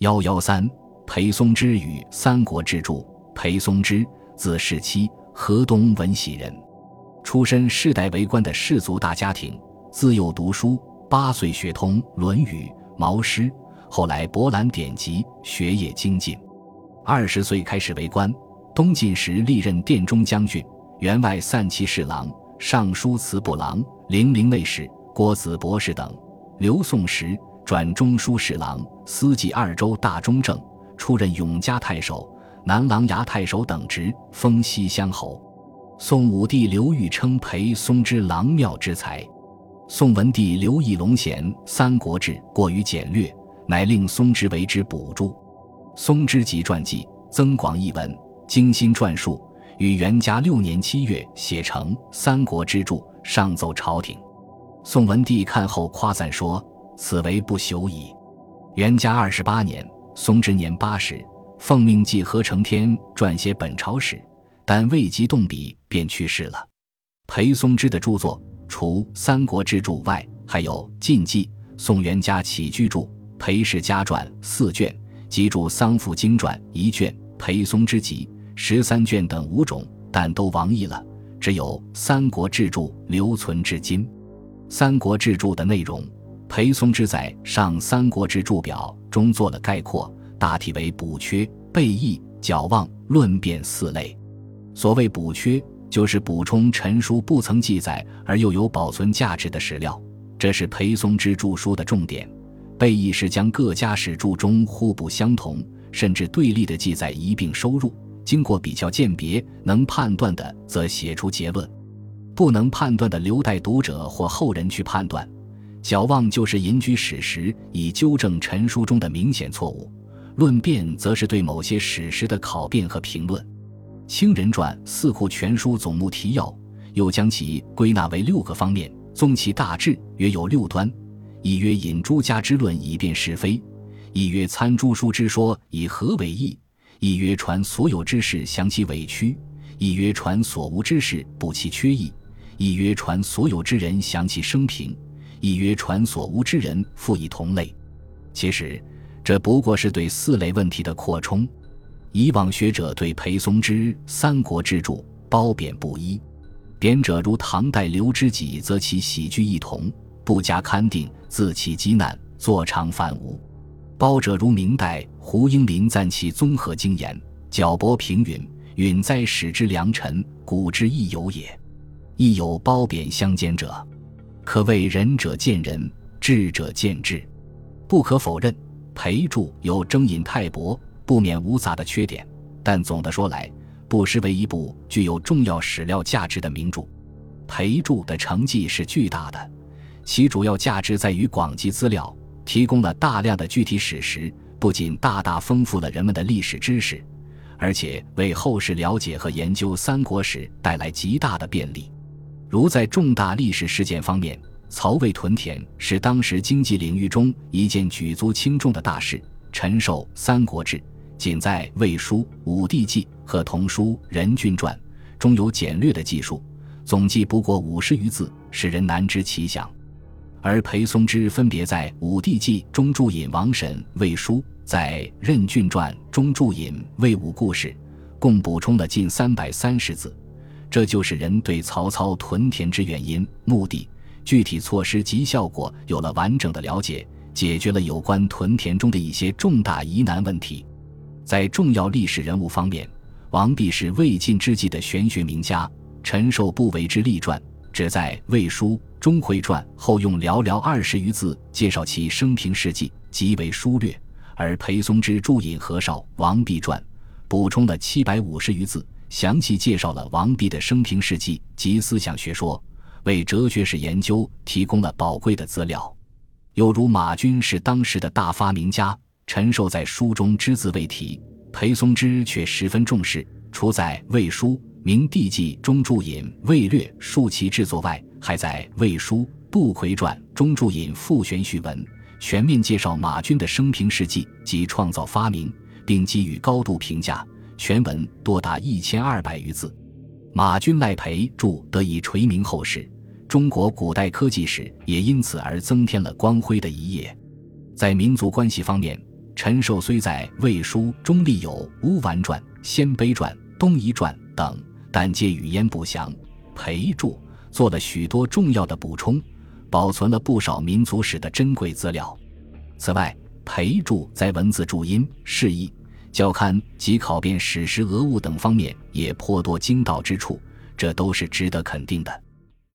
113裴松之与三国志著。裴松之，字士期，河东闻喜人，出身世代为官的士族大家庭，自幼读书，8岁学通《论语》《毛诗》，后来博览典籍，学业精进。20岁开始为官，东晋时历任殿中将军、员外散骑侍郎、尚书祠部郎、零陵内史、郭子博士等。刘宋时转中书侍郎，司祭2州大中正，出任永嘉太守、南琅琊太守等职，封西乡侯。宋武帝刘裕称裴松之郎妙之才。宋文帝刘义隆嫌《三国志》过于简略，乃令松之为之补注。松之集传记，增广译文，精心撰述，于元嘉6年7月写成《三国志注》，上奏朝廷。宋文帝看后夸赞说：“此为不朽矣。”元嘉28年，松之年80，奉命继何承天撰写本朝史，但未及动笔便去世了。裴松之的著作除《三国志注》外，还有《晋纪》、宋元嘉起居注、裴氏家传4卷及注丧父经传1卷、裴松之集13卷等5种，但都亡佚了，只有《三国志注》留存至今。《三国志注》的内容，裴松之在《上三国志注表》中做了概括，大体为补缺、备议、矫妄、论辩4类。所谓补缺，就是补充陈书不曾记载而又有保存价值的史料，这是裴松之著书的重点。备议是将各家史著中互不相同甚至对立的记载一并收入，经过比较鉴别，能判断的则写出结论，不能判断的留待读者或后人去判断。矫妄就是引据史实以纠正陈书中的明显错误，论辩则是对某些史实的考辩和评论。清人传《四库全书总目提要》又将其归纳为6个方面，综其大致，约有6端。一曰引诸家之论以辨是非，一曰参诸书之说以合为义，一曰传所有之事详其委屈，一曰传所无之事补其缺益，一曰传所有之人详其生平，一曰传所无之人复以同类。其实这不过是对4类问题的扩充。以往学者对裴松之《三国志注》褒贬不一，贬者如唐代刘知己则其喜剧异同，不加勘定，自其极难，作长反无；褒者如明代胡应麟赞其综合精严，矫博平允，允在史之良臣，古之亦有也。亦有褒贬相间者，可谓仁者见仁，智者见智。不可否认，裴注有征引太薄，不免无杂的缺点，但总的说来，不失为一部具有重要史料价值的名著。裴注的成绩是巨大的，其主要价值在于广集资料，提供了大量的具体史实，不仅大大丰富了人们的历史知识，而且为后世了解和研究三国史带来极大的便利。如在重大历史事件方面，曹魏屯田是当时经济领域中一件举足轻重的大事。陈寿《三国志》仅在《魏书》《武帝纪》和同书《任郡传》中有简略的记述，总计不过50余字，使人难知其详。而裴松之分别在《武帝纪》中注引王审《魏书》，在《任郡传》中注引魏武故事，共补充了近330字。这就是人对曹操屯田之原因、目的、具体措施及效果有了完整的了解，解决了有关屯田中的一些重大疑难问题。在重要历史人物方面，王弼是魏晋之际的玄学名家，陈寿不为之立传，只在《魏书》中会传后用寥寥20余字介绍其生平事迹，极为疏略。而裴松之注引何绍《王弼传》，补充了750余字，详细介绍了王弼的生平事迹及思想学说，为哲学史研究提供了宝贵的资料。又如马均是当时的大发明家，陈寿在书中只字未提，裴松之却十分重视，除在《魏书·明帝纪》中注引魏略述其制作外，还在《魏书·杜奎传》中注引傅玄序文，全面介绍马均的生平事迹及创造发明，并给予高度评价，全文多达1200余字。马均赖裴注得以垂名后世，中国古代科技史也因此而增添了光辉的一页。在民族关系方面， 陈寿虽在《魏书》中立有《乌丸传》《鲜卑传》《东夷传》等，但皆语焉不详。裴注做了许多重要的补充，保存了不少民族史的珍贵资料。此外，裴注在文字注音、释义、校勘及考辨史实讹误等方面也颇多精到之处，这都是值得肯定的。